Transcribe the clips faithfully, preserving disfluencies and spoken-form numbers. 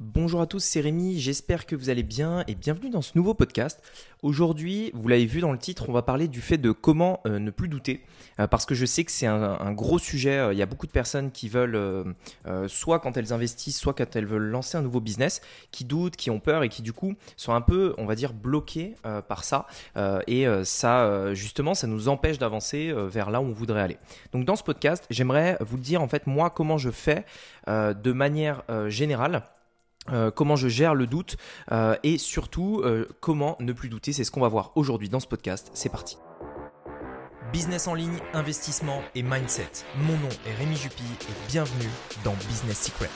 Bonjour à tous, c'est Rémi, j'espère que vous allez bien et bienvenue dans ce nouveau podcast. Aujourd'hui, vous l'avez vu dans le titre, on va parler du fait de comment euh, ne plus douter euh, parce que je sais que c'est un, un gros sujet. Il y a beaucoup de personnes qui veulent, euh, euh, soit quand elles investissent, soit quand elles veulent lancer un nouveau business, qui doutent, qui ont peur et qui du coup sont un peu, on va dire, bloquées euh, par ça euh, et euh, ça, euh, justement, ça nous empêche d'avancer euh, vers là où on voudrait aller. Donc dans ce podcast, j'aimerais vous dire en fait moi comment je fais euh, de manière euh, générale. Euh, comment je gère le doute euh, et surtout euh, comment ne plus douter, c'est ce qu'on va voir aujourd'hui dans ce podcast. C'est parti. Business en ligne, investissement et mindset. Mon nom est Rémi Jupy et bienvenue dans Business Secrets.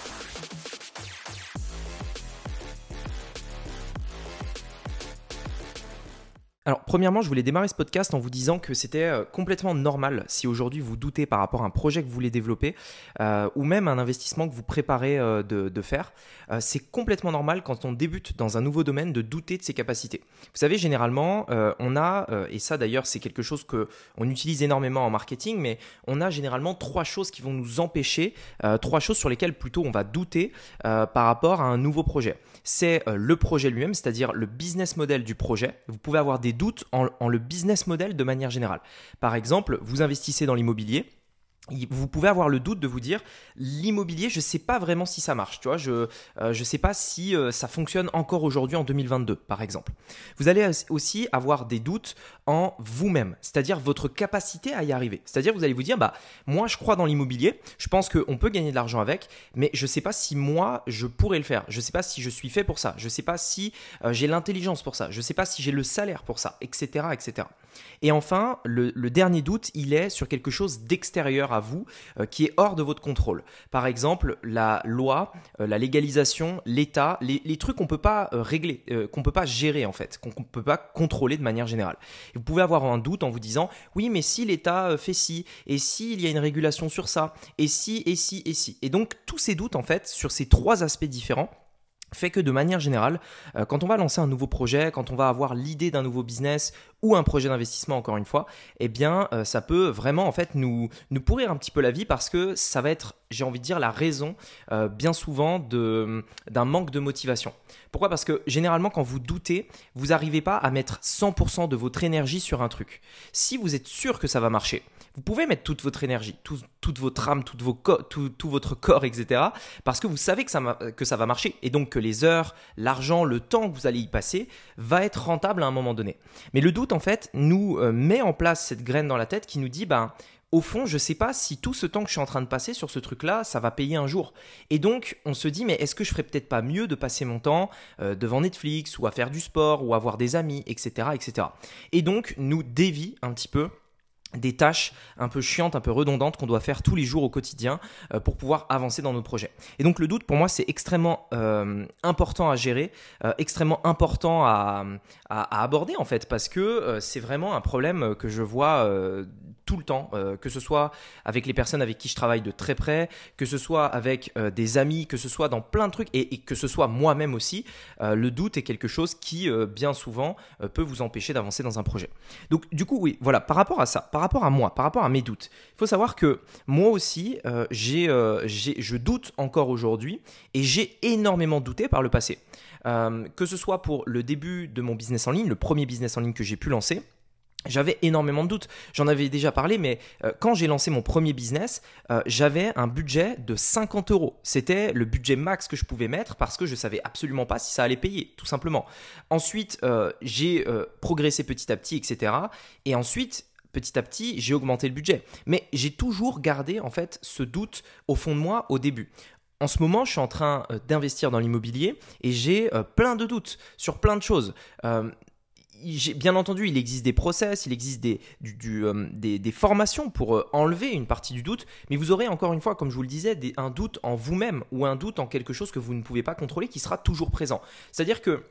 Alors, premièrement, je voulais démarrer ce podcast en vous disant que c'était complètement normal si aujourd'hui vous doutez par rapport à un projet que vous voulez développer euh, ou même un investissement que vous préparez euh, de, de faire. Euh, c'est complètement normal quand on débute dans un nouveau domaine de douter de ses capacités. Vous savez, généralement, euh, on a, euh, et ça d'ailleurs c'est quelque chose qu'on utilise énormément en marketing, mais on a généralement trois choses qui vont nous empêcher, euh, trois choses sur lesquelles plutôt on va douter euh, par rapport à un nouveau projet. C'est euh, le projet lui-même, c'est-à-dire le business model du projet. Vous pouvez avoir des doutes en, en le business model de manière générale. Par exemple, vous investissez dans l'immobilier. Vous pouvez avoir le doute de vous dire l'immobilier, je ne sais pas vraiment si ça marche, tu vois, je ne euh, sais pas si euh, ça fonctionne encore aujourd'hui en deux mille vingt-deux par exemple. Vous allez aussi avoir des doutes en vous-même, c'est-à-dire votre capacité à y arriver. C'est-à-dire vous allez vous dire bah moi je crois dans l'immobilier, je pense qu'on peut gagner de l'argent avec, mais je ne sais pas si moi je pourrais le faire, je ne sais pas si je suis fait pour ça, je ne sais pas si euh, j'ai l'intelligence pour ça, je ne sais pas si j'ai le salaire pour ça, et cetera et cetera. Et enfin, le, le dernier doute, il est sur quelque chose d'extérieur à vous, euh, qui est hors de votre contrôle. Par exemple, la loi, euh, la légalisation, l'État, les, les trucs qu'on ne peut pas euh, régler, euh, qu'on ne peut pas gérer en fait, qu'on ne peut pas contrôler de manière générale. Et vous pouvez avoir un doute en vous disant, oui, mais si l'État euh, fait ci, et s'il y a une régulation sur ça, et si, et si, et si. Et donc, tous ces doutes en fait, sur ces trois aspects différents, fait que de manière générale, euh, quand on va lancer un nouveau projet, quand on va avoir l'idée d'un nouveau business ou un projet d'investissement encore une fois, eh bien euh, ça peut vraiment en fait nous, nous pourrir un petit peu la vie parce que ça va être, j'ai envie de dire, la raison euh, bien souvent de, d'un manque de motivation. Pourquoi ? Parce que généralement quand vous doutez, vous n'arrivez pas à mettre cent pour cent de votre énergie sur un truc. Si vous êtes sûr que ça va marcher, vous pouvez mettre toute votre énergie, tout, toute votre âme, toute vos co- tout, tout votre corps, et cetera. Parce que vous savez que ça, que ça va marcher et donc que les heures, l'argent, le temps que vous allez y passer va être rentable à un moment donné. Mais le doute, en fait, nous euh, met en place cette graine dans la tête qui nous dit, ben, au fond, je ne sais pas si tout ce temps que je suis en train de passer sur ce truc-là, ça va payer un jour. Et donc, on se dit, mais est-ce que je ferais peut-être pas mieux de passer mon temps euh, devant Netflix ou à faire du sport ou à voir des amis, et cetera, et cetera. Et donc, nous dévie un petit peu des tâches un peu chiantes, un peu redondantes qu'on doit faire tous les jours au quotidien euh, pour pouvoir avancer dans nos projets. Et donc le doute pour moi c'est extrêmement euh, important à gérer, euh, extrêmement important à, à, à aborder en fait parce que euh, c'est vraiment un problème que je vois euh, tout le temps, euh, que ce soit avec les personnes avec qui je travaille de très près, que ce soit avec euh, des amis, que ce soit dans plein de trucs et, et que ce soit moi-même aussi, euh, le doute est quelque chose qui euh, bien souvent euh, peut vous empêcher d'avancer dans un projet. Donc du coup oui, voilà, par rapport à ça, par rapport à moi, par rapport à mes doutes, il faut savoir que moi aussi, euh, j'ai, euh, j'ai, je doute encore aujourd'hui et j'ai énormément douté par le passé. Euh, que ce soit pour le début de mon business en ligne, le premier business en ligne que j'ai pu lancer, j'avais énormément de doutes. J'en avais déjà parlé, mais euh, quand j'ai lancé mon premier business, euh, j'avais un budget de cinquante euros. C'était le budget max que je pouvais mettre parce que je savais absolument pas si ça allait payer, tout simplement. Ensuite, euh, j'ai euh, progressé petit à petit, et cetera. Et ensuite, petit à petit, j'ai augmenté le budget. Mais j'ai toujours gardé en fait ce doute au fond de moi au début. En ce moment, je suis en train euh, d'investir dans l'immobilier et j'ai euh, plein de doutes sur plein de choses. Euh, J'ai, bien entendu, il existe des process, il existe des, du, du, euh, des, des formations pour euh, enlever une partie du doute, mais vous aurez encore une fois, comme je vous le disais, des, un doute en vous-même ou un doute en quelque chose que vous ne pouvez pas contrôler qui sera toujours présent. C'est-à-dire que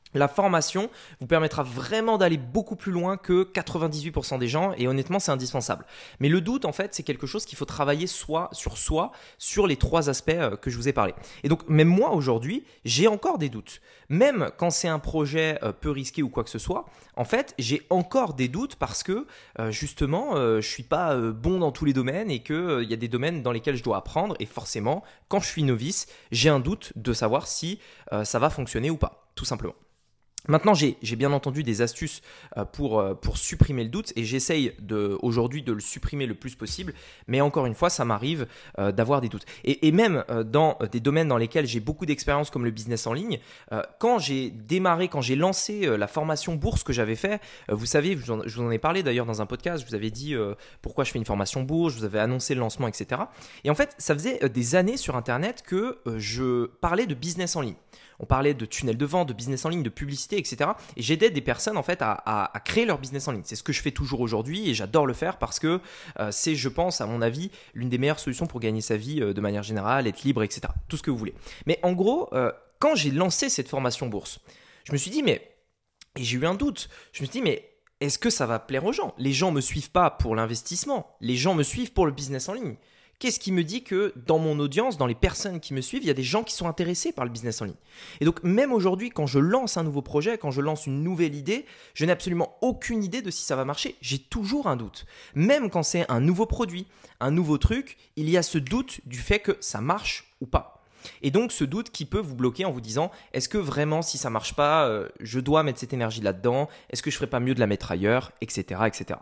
La formation vous permettra vraiment d'aller beaucoup plus loin que quatre-vingt-dix-huit pour cent des gens et honnêtement, c'est indispensable. Mais le doute, en fait, c'est quelque chose qu'il faut travailler soit sur soi, sur les trois aspects euh, que je vous ai parlé. Et donc, même moi, aujourd'hui, j'ai encore des doutes. Même quand c'est un projet euh, peu risqué ou quoi que ce soit, en fait, j'ai encore des doutes parce que, euh, justement, euh, je ne suis pas euh, bon dans tous les domaines et qu'il euh, y a des domaines dans lesquels je dois apprendre. Et forcément, quand je suis novice, j'ai un doute de savoir si euh, ça va fonctionner ou pas, tout simplement. Maintenant, j'ai, j'ai bien entendu des astuces euh, pour, euh, pour supprimer le doute et j'essaye de, aujourd'hui de le supprimer le plus possible. Mais encore une fois, ça m'arrive euh, d'avoir des doutes. Et, et même euh, dans des domaines dans lesquels j'ai beaucoup d'expérience comme le business en ligne, euh, quand j'ai démarré, quand j'ai lancé euh, la formation bourse que j'avais fait, euh, vous savez, je vous, en, je vous en ai parlé d'ailleurs dans un podcast, je vous avais dit euh, pourquoi je fais une formation bourse, je vous avais annoncé le lancement, et cetera. Et en fait, ça faisait euh, des années sur Internet que euh, je parlais de business en ligne. On parlait de tunnel de vente, de business en ligne, de publicité, et cetera. Et j'aidais des personnes en fait à, à, à créer leur business en ligne. C'est ce que je fais toujours aujourd'hui et j'adore le faire parce que euh, c'est, je pense, à mon avis, l'une des meilleures solutions pour gagner sa vie euh, de manière générale, être libre, et cetera. Tout ce que vous voulez. Mais en gros, euh, quand j'ai lancé cette formation bourse, je me suis dit, mais, et j'ai eu un doute, je me suis dit, mais est-ce que ça va plaire aux gens ? Les gens ne me suivent pas pour l'investissement, les gens me suivent pour le business en ligne. Qu'est-ce qui me dit que dans mon audience, dans les personnes qui me suivent, il y a des gens qui sont intéressés par le business en ligne ? Et donc, même aujourd'hui, quand je lance un nouveau projet, quand je lance une nouvelle idée, je n'ai absolument aucune idée de si ça va marcher. J'ai toujours un doute. Même quand c'est un nouveau produit, un nouveau truc, il y a ce doute du fait que ça marche ou pas. Et donc, ce doute qui peut vous bloquer en vous disant « Est-ce que vraiment, si ça ne marche pas, euh, je dois mettre cette énergie là-dedans ? Est-ce que je ne ferais pas mieux de la mettre ailleurs ?» et cetera et cetera.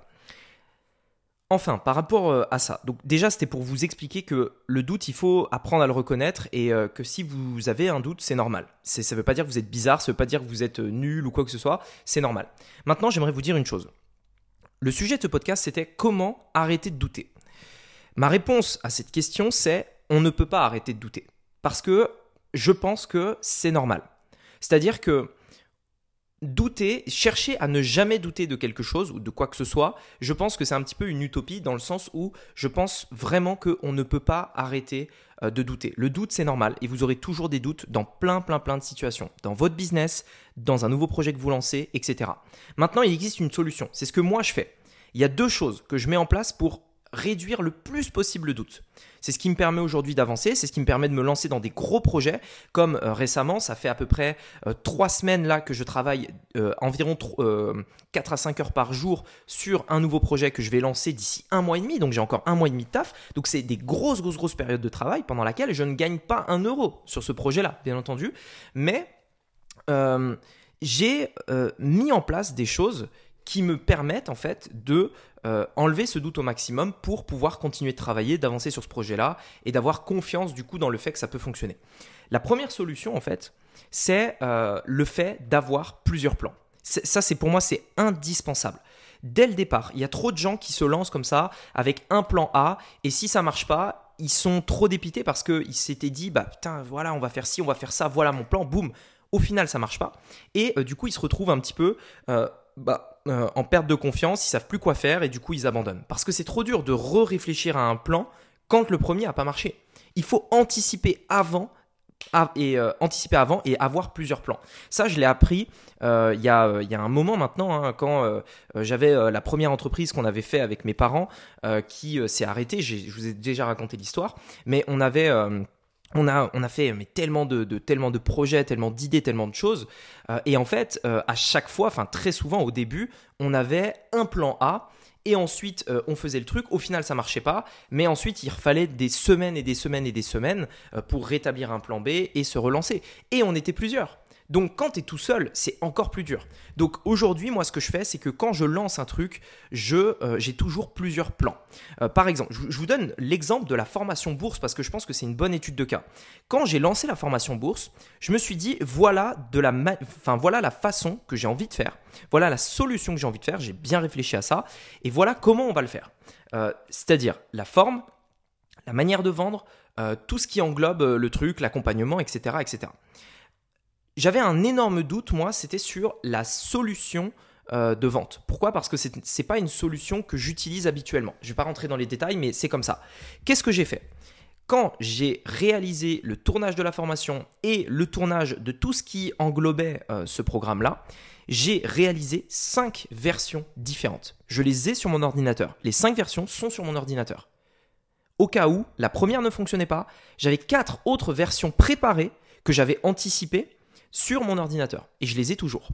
Enfin, par rapport à ça, donc déjà c'était pour vous expliquer que le doute, il faut apprendre à le reconnaître et euh, que si vous avez un doute, c'est normal. C'est, ça ne veut pas dire que vous êtes bizarre, ça ne veut pas dire que vous êtes nul ou quoi que ce soit, c'est normal. Maintenant, j'aimerais vous dire une chose. Le sujet de ce podcast, c'était comment arrêter de douter. Ma réponse à cette question, c'est on ne peut pas arrêter de douter parce que je pense que c'est normal. C'est-à-dire que douter, chercher à ne jamais douter de quelque chose ou de quoi que ce soit, je pense que c'est un petit peu une utopie dans le sens où je pense vraiment qu'on ne peut pas arrêter euh, de douter. Le doute, c'est normal et vous aurez toujours des doutes dans plein, plein, plein de situations. Dans votre business, dans un nouveau projet que vous lancez, et cetera. Maintenant, il existe une solution. C'est ce que moi, je fais. Il y a deux choses que je mets en place pour réduire le plus possible le doute. C'est ce qui me permet aujourd'hui d'avancer, c'est ce qui me permet de me lancer dans des gros projets comme euh, récemment, ça fait à peu près euh, trois semaines là que je travaille euh, environ euh, quatre à cinq heures par jour sur un nouveau projet que je vais lancer d'ici un mois et demi, donc j'ai encore un mois et demi de taf, donc c'est des grosses grosses grosses périodes de travail pendant laquelle je ne gagne pas un euro sur ce projet-là, bien entendu, mais euh, j'ai euh, mis en place des choses qui me permettent en fait de euh, enlever ce doute au maximum pour pouvoir continuer de travailler, d'avancer sur ce projet-là et d'avoir confiance du coup dans le fait que ça peut fonctionner. La première solution en fait, c'est euh, le fait d'avoir plusieurs plans. C'est, ça c'est pour moi c'est indispensable. Dès le départ, il y a trop de gens qui se lancent comme ça avec un plan A et si ça marche pas, ils sont trop dépités parce qu'ils s'étaient dit bah putain voilà on va faire ci, on va faire ça, voilà mon plan, boum. Au final ça marche pas et euh, du coup ils se retrouvent un petit peu euh, bah Euh, en perte de confiance, ils savent plus quoi faire et du coup ils abandonnent. Parce que c'est trop dur de re-réfléchir à un plan quand le premier n'a pas marché. Il faut anticiper avant et euh, anticiper avant et avoir plusieurs plans. Ça, je l'ai appris euh, il y a, euh, il y a un moment maintenant, hein, quand euh, j'avais euh, la première entreprise qu'on avait fait avec mes parents euh, qui euh, s'est arrêtée. J'ai, je vous ai déjà raconté l'histoire, mais on avait euh, On a, on a fait mais tellement, de, de, tellement de projets, tellement d'idées, tellement de choses. Euh, et en fait, euh, à chaque fois, enfin très souvent au début, on avait un plan A et ensuite euh, on faisait le truc. Au final, ça ne marchait pas. Mais ensuite, il fallait des semaines et des semaines et des semaines euh, pour rétablir un plan B et se relancer. Et on était plusieurs. Donc, quand tu es tout seul, c'est encore plus dur. Donc, aujourd'hui, moi, ce que je fais, c'est que quand je lance un truc, je, euh, j'ai toujours plusieurs plans. Euh, par exemple, je, je vous donne l'exemple de la formation bourse parce que je pense que c'est une bonne étude de cas. Quand j'ai lancé la formation bourse, je me suis dit, voilà, de la ma- enfin, voilà la façon que j'ai envie de faire. Voilà la solution que j'ai envie de faire. J'ai bien réfléchi à ça. Et voilà comment on va le faire. Euh, c'est-à-dire la forme, la manière de vendre, euh, tout ce qui englobe le truc, l'accompagnement, et cetera, et cetera. J'avais un énorme doute, moi, c'était sur la solution euh, de vente. Pourquoi ? Parce que ce n'est pas une solution que j'utilise habituellement. Je ne vais pas rentrer dans les détails, mais c'est comme ça. Qu'est-ce que j'ai fait ? Quand j'ai réalisé le tournage de la formation et le tournage de tout ce qui englobait euh, ce programme-là, j'ai réalisé cinq versions différentes. Je les ai sur mon ordinateur. Les cinq versions sont sur mon ordinateur. Au cas où la première ne fonctionnait pas, j'avais quatre autres versions préparées que j'avais anticipées sur mon ordinateur. Et je les ai toujours.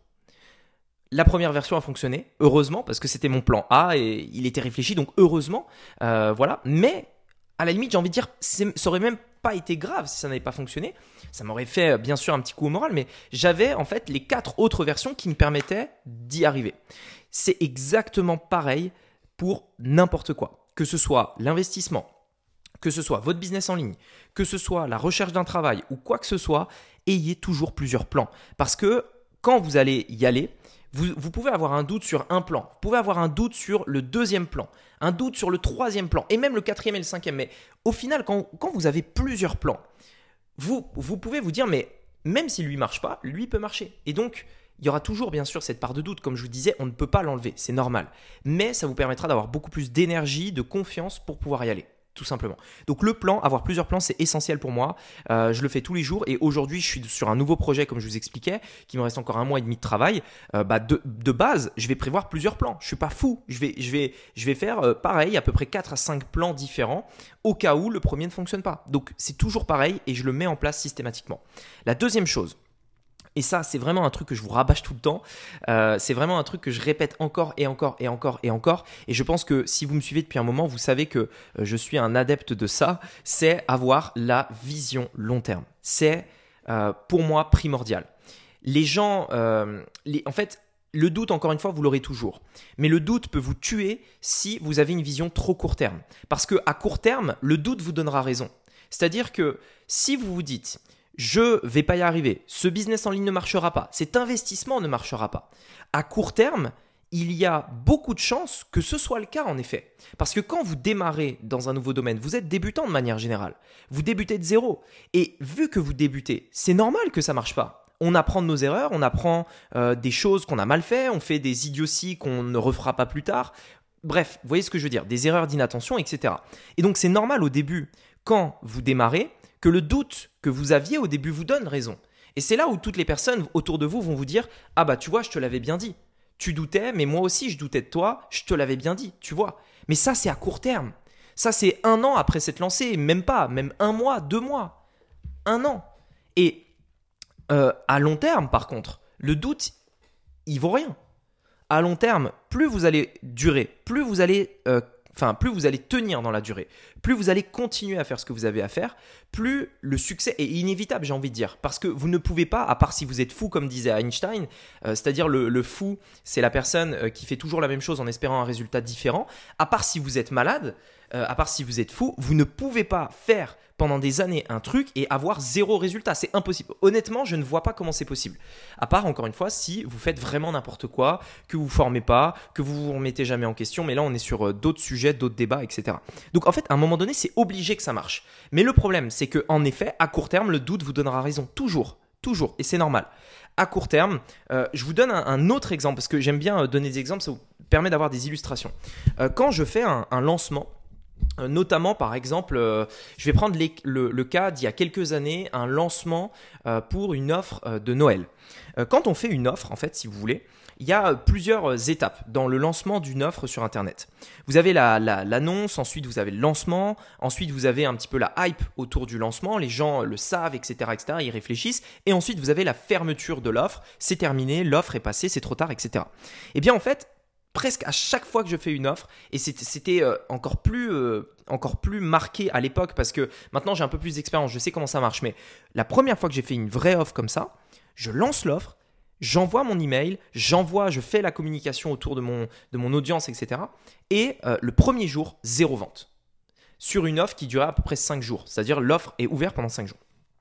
La première version a fonctionné, heureusement, parce que c'était mon plan A et il était réfléchi, donc heureusement, euh, voilà. Mais à la limite, j'ai envie de dire, ça aurait même pas été grave si ça n'avait pas fonctionné. Ça m'aurait fait bien sûr un petit coup au moral, mais j'avais en fait les quatre autres versions qui me permettaient d'y arriver. C'est exactement pareil pour n'importe quoi, que ce soit l'investissement, que ce soit votre business en ligne, que ce soit la recherche d'un travail ou quoi que ce soit, ayez toujours plusieurs plans. Parce que quand vous allez y aller, vous, vous pouvez avoir un doute sur un plan, vous pouvez avoir un doute sur le deuxième plan, un doute sur le troisième plan et même le quatrième et le cinquième. Mais au final, quand, quand vous avez plusieurs plans, vous, vous pouvez vous dire, mais même si lui ne marche pas, lui peut marcher. Et donc, il y aura toujours bien sûr cette part de doute. Comme je vous disais, on ne peut pas l'enlever, c'est normal. Mais ça vous permettra d'avoir beaucoup plus d'énergie, de confiance pour pouvoir y aller. Tout simplement. Donc le plan, avoir plusieurs plans, c'est essentiel pour moi. Euh, je le fais tous les jours et aujourd'hui, je suis sur un nouveau projet, comme je vous expliquais, qui me reste encore un mois et demi de travail. Euh, bah de, de base, je vais prévoir plusieurs plans. Je suis pas fou. Je vais, je vais, je vais faire euh, pareil, à peu près quatre à cinq plans différents au cas où le premier ne fonctionne pas. Donc c'est toujours pareil et je le mets en place systématiquement. La deuxième chose, et ça, c'est vraiment un truc que je vous rabâche tout le temps. Euh, c'est vraiment un truc que je répète encore et encore et encore et encore. Et je pense que si vous me suivez depuis un moment, vous savez que euh, je suis un adepte de ça. C'est avoir la vision long terme. C'est euh, pour moi primordial. Les gens, euh, les, en fait, le doute, encore une fois, vous l'aurez toujours. Mais le doute peut vous tuer si vous avez une vision trop court terme. Parce qu'à court terme, le doute vous donnera raison. C'est-à-dire que si vous vous dites « je vais pas y arriver, ce business en ligne ne marchera pas, cet investissement ne marchera pas », à court terme, il y a beaucoup de chances que ce soit le cas en effet. Parce que quand vous démarrez dans un nouveau domaine, vous êtes débutant de manière générale. Vous débutez de zéro. Et vu que vous débutez, c'est normal que ça ne marche pas. On apprend de nos erreurs, on apprend euh, des choses qu'on a mal fait, on fait des idioties qu'on ne refera pas plus tard. Bref, vous voyez ce que je veux dire, des erreurs d'inattention, et cetera. Et donc c'est normal au début, quand vous démarrez, que le doute que vous aviez au début vous donne raison. Et c'est là où toutes les personnes autour de vous vont vous dire « Ah bah tu vois, je te l'avais bien dit. Tu doutais, mais moi aussi je doutais de toi, je te l'avais bien dit, tu vois. » Mais ça c'est à court terme. Ça c'est un an après s'être lancé, même pas, même un mois, deux mois, un an. Et euh, à long terme par contre, le doute, il vaut rien. À long terme, plus vous allez durer, plus vous allez... Euh, Enfin, plus vous allez tenir dans la durée, plus vous allez continuer à faire ce que vous avez à faire, plus le succès est inévitable, j'ai envie de dire. Parce que vous ne pouvez pas, à part si vous êtes fou, comme disait Einstein, euh, c'est-à-dire le, le fou, c'est la personne euh, qui fait toujours la même chose en espérant un résultat différent. À part si vous êtes malade, euh, à part si vous êtes fou, vous ne pouvez pas faire pendant des années un truc et avoir zéro résultat. C'est impossible. Honnêtement, je ne vois pas comment c'est possible. À part, encore une fois, si vous faites vraiment n'importe quoi, que vous ne formez pas, que vous ne vous remettez jamais en question. Mais là, on est sur euh, d'autres sujets, d'autres débats, et cetera. Donc, en fait, à un moment donné, c'est obligé que ça marche. Mais le problème, c'est qu'en effet, à court terme, le doute vous donnera raison. Toujours. Toujours. Et c'est normal. À court terme, euh, je vous donne un, un autre exemple parce que j'aime bien donner des exemples. Ça vous permet d'avoir des illustrations. Euh, quand je fais un, un lancement, Euh, notamment, par exemple, euh, je vais prendre les, le, le cas d'il y a quelques années, un lancement euh, pour une offre euh, de Noël. Euh, quand on fait une offre, en fait, si vous voulez, il y a plusieurs étapes dans le lancement d'une offre sur Internet. Vous avez la, la, l'annonce, ensuite vous avez le lancement, ensuite vous avez un petit peu la hype autour du lancement, les gens le savent, et cetera, et cetera, ils réfléchissent, et ensuite vous avez la fermeture de l'offre, c'est terminé, l'offre est passée, c'est trop tard, et cetera. Et bien en fait, presque à chaque fois que je fais une offre, et c'était, c'était euh, encore, plus, euh, encore plus marqué à l'époque parce que maintenant j'ai un peu plus d'expérience, je sais comment ça marche, mais la première fois que j'ai fait une vraie offre comme ça, je lance l'offre, j'envoie mon email, j'envoie, je fais la communication autour de mon, de mon audience, et cetera. Et euh, le premier jour, zéro vente. Sur une offre qui durait à peu près cinq jours, c'est-à-dire l'offre est ouverte pendant cinq jours.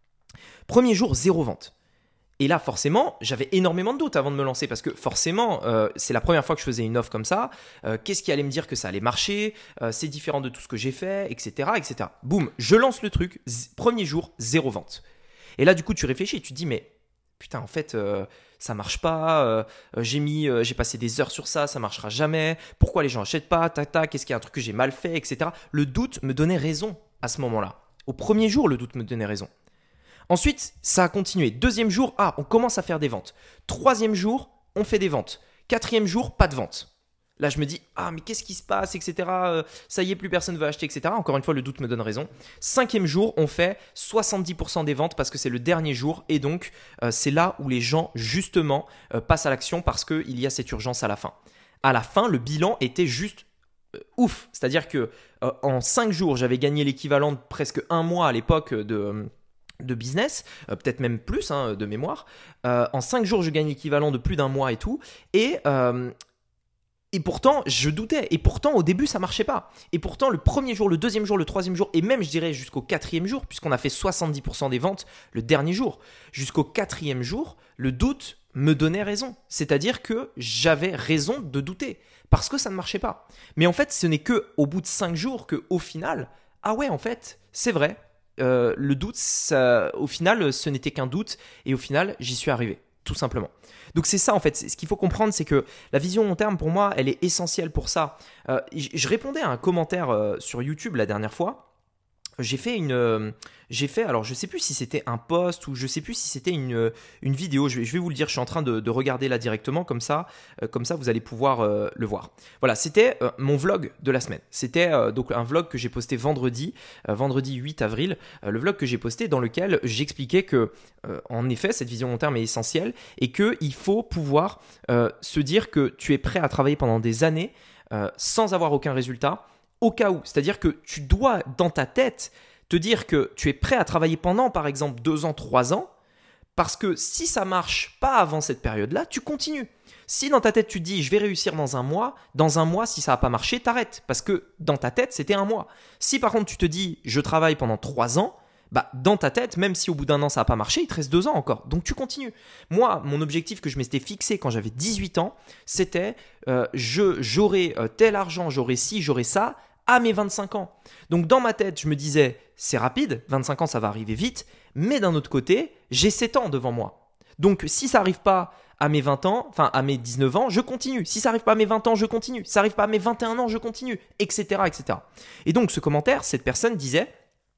Premier jour, zéro vente. Et là, forcément, j'avais énormément de doutes avant de me lancer parce que forcément, euh, c'est la première fois que je faisais une offre comme ça. Euh, qu'est-ce qui allait me dire que ça allait marcher? euh, C'est différent de tout ce que j'ai fait, et cetera, et cetera. Boum, je lance le truc. Z- premier jour, zéro vente. Et là, du coup, tu réfléchis, tu te dis, mais putain, en fait, euh, ça marche pas. Euh, j'ai mis, euh, j'ai passé des heures sur ça, ça marchera jamais. Pourquoi les gens achètent pas? Tac, tac. Qu'est-ce qu'il y a un truc que j'ai mal fait, et cetera. Le doute me donnait raison à ce moment-là. Au premier jour, le doute me donnait raison. Ensuite, ça a continué. Deuxième jour, ah, on commence à faire des ventes. Troisième jour, on fait des ventes. Quatrième jour, pas de vente. Là, je me dis, ah, mais qu'est-ce qui se passe, et cetera. Euh, ça y est, plus personne ne veut acheter, et cetera. Encore une fois, le doute me donne raison. Cinquième jour, on fait soixante-dix pour cent des ventes parce que c'est le dernier jour. Et donc, euh, c'est là où les gens, justement, euh, passent à l'action parce qu'il y a cette urgence à la fin. À la fin, le bilan était juste euh, ouf. C'est-à-dire que euh, en cinq jours, j'avais gagné l'équivalent de presque un mois à l'époque de... Euh, de business, euh, peut-être même plus hein, de mémoire. Euh, en cinq jours, je gagne l'équivalent de plus d'un mois et tout. Et, euh, et pourtant, je doutais. Et pourtant, au début, ça ne marchait pas. Et pourtant, le premier jour, le deuxième jour, le troisième jour, et même, je dirais, jusqu'au quatrième jour, puisqu'on a fait soixante-dix pour cent des ventes le dernier jour, jusqu'au quatrième jour, le doute me donnait raison. C'est-à-dire que j'avais raison de douter, parce que ça ne marchait pas. Mais en fait, ce n'est qu'au bout de cinq jours qu'au final, ah ouais, en fait, c'est vrai. Euh, le doute, ça, au final, ce n'était qu'un doute et au final, j'y suis arrivé, tout simplement. Donc c'est ça en fait, ce qu'il faut comprendre, c'est que la vision long terme, pour moi, elle est essentielle pour ça. Euh, je répondais à un commentaire euh, sur YouTube la dernière fois. J'ai fait une, euh, j'ai fait, alors je sais plus si c'était un post ou je sais plus si c'était une, une vidéo. Je vais, je vais vous le dire. Je suis en train de, de regarder là directement comme ça, euh, comme ça vous allez pouvoir euh, le voir. Voilà, c'était euh, mon vlog de la semaine. C'était euh, donc un vlog que j'ai posté vendredi, euh, vendredi huit avril. Euh, le vlog que j'ai posté dans lequel j'expliquais que, euh, en effet, cette vision long terme est essentielle et que il faut pouvoir euh, se dire que tu es prêt à travailler pendant des années euh, sans avoir aucun résultat. Au cas où, c'est-à-dire que tu dois dans ta tête te dire que tu es prêt à travailler pendant par exemple deux ans, trois ans, parce que si ça marche pas avant cette période-là, tu continues. Si dans ta tête tu te dis je vais réussir dans un mois, dans un mois si ça n'a pas marché, t'arrêtes, parce que dans ta tête c'était un mois. Si par contre tu te dis je travaille pendant trois ans, bah dans ta tête, même si au bout d'un an ça n'a pas marché, il te reste deux ans encore, donc tu continues. Moi, mon objectif que je m'étais fixé quand j'avais dix-huit ans, c'était euh, je j'aurai euh, tel argent, j'aurai ci, j'aurai ça, à mes vingt-cinq ans. Donc dans ma tête, je me disais, c'est rapide, vingt-cinq ans, ça va arriver vite, mais d'un autre côté, j'ai sept ans devant moi. Donc si ça n'arrive pas à mes vingt ans, enfin à mes dix-neuf ans, je continue. Si ça n'arrive pas à mes vingt ans, je continue. Si ça n'arrive pas à mes vingt et un ans, je continue, et cetera, et cetera. Et donc ce commentaire, cette personne disait,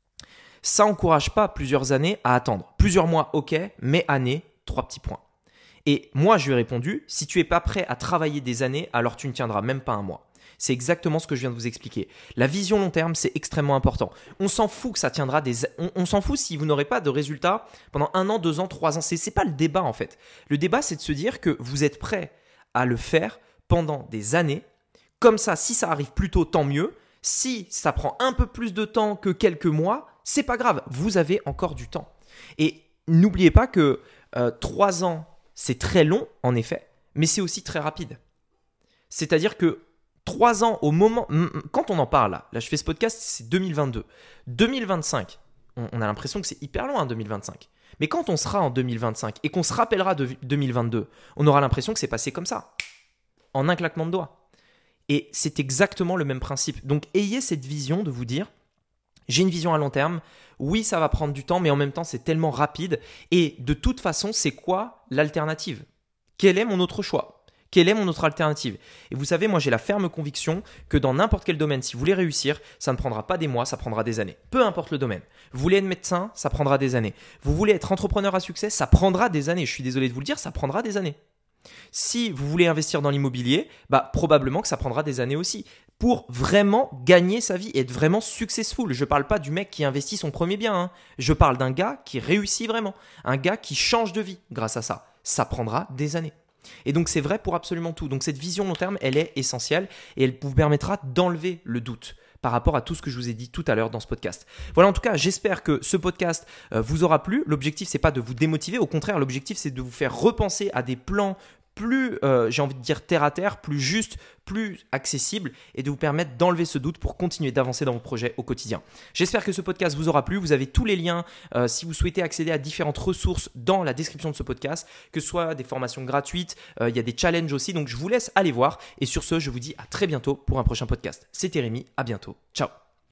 ça n'encourage pas plusieurs années à attendre. Plusieurs mois, ok, mais années, trois petits points. Et moi, je lui ai répondu, si tu n'es pas prêt à travailler des années, alors tu ne tiendras même pas un mois. C'est exactement ce que je viens de vous expliquer. La vision long terme, c'est extrêmement important. On s'en fout que ça tiendra des... On, on s'en fout si vous n'aurez pas de résultats pendant un an, deux ans, trois ans. Ce n'est pas le débat en fait. Le débat, c'est de se dire que vous êtes prêt à le faire pendant des années. Comme ça, si ça arrive plus tôt, tant mieux. Si ça prend un peu plus de temps que quelques mois, c'est pas grave. Vous avez encore du temps. Et n'oubliez pas que euh, trois ans, c'est très long en effet, mais c'est aussi très rapide. C'est-à-dire que Trois ans au moment, quand on en parle là, là je fais ce podcast, c'est deux mille vingt-deux. deux mille vingt-cinq, on, on a l'impression que c'est hyper loin deux mille vingt-cinq. Mais quand on sera en deux mille vingt-cinq et qu'on se rappellera de deux mille vingt-deux, on aura l'impression que c'est passé comme ça, en un claquement de doigts. Et c'est exactement le même principe. Donc ayez cette vision de vous dire, j'ai une vision à long terme, oui ça va prendre du temps, mais en même temps c'est tellement rapide. Et de toute façon, c'est quoi l'alternative ? Quel est mon autre choix ? Quelle est mon autre alternative ? Et vous savez, moi j'ai la ferme conviction que dans n'importe quel domaine, si vous voulez réussir, ça ne prendra pas des mois, ça prendra des années. Peu importe le domaine. Vous voulez être médecin, ça prendra des années. Vous voulez être entrepreneur à succès, ça prendra des années. Je suis désolé de vous le dire, ça prendra des années. Si vous voulez investir dans l'immobilier, bah probablement que ça prendra des années aussi. Pour vraiment gagner sa vie et être vraiment successful. Je ne parle pas du mec qui investit son premier bien. Hein. Je parle d'un gars qui réussit vraiment. Un gars qui change de vie grâce à ça. Ça prendra des années. Et donc c'est vrai pour absolument tout. Donc cette vision long terme, elle est essentielle et elle vous permettra d'enlever le doute par rapport à tout ce que je vous ai dit tout à l'heure dans ce podcast. Voilà, en tout cas, j'espère que ce podcast euh, vous aura plu. L'objectif, c'est pas de vous démotiver. Au contraire, l'objectif, c'est de vous faire repenser à des plans plus, euh, j'ai envie de dire terre à terre, plus juste, plus accessible et de vous permettre d'enlever ce doute pour continuer d'avancer dans vos projets au quotidien. J'espère que ce podcast vous aura plu. Vous avez tous les liens euh, si vous souhaitez accéder à différentes ressources dans la description de ce podcast, que ce soit des formations gratuites, euh, il y a des challenges aussi. Donc, je vous laisse aller voir et sur ce, je vous dis à très bientôt pour un prochain podcast. C'était Rémi, à bientôt. Ciao.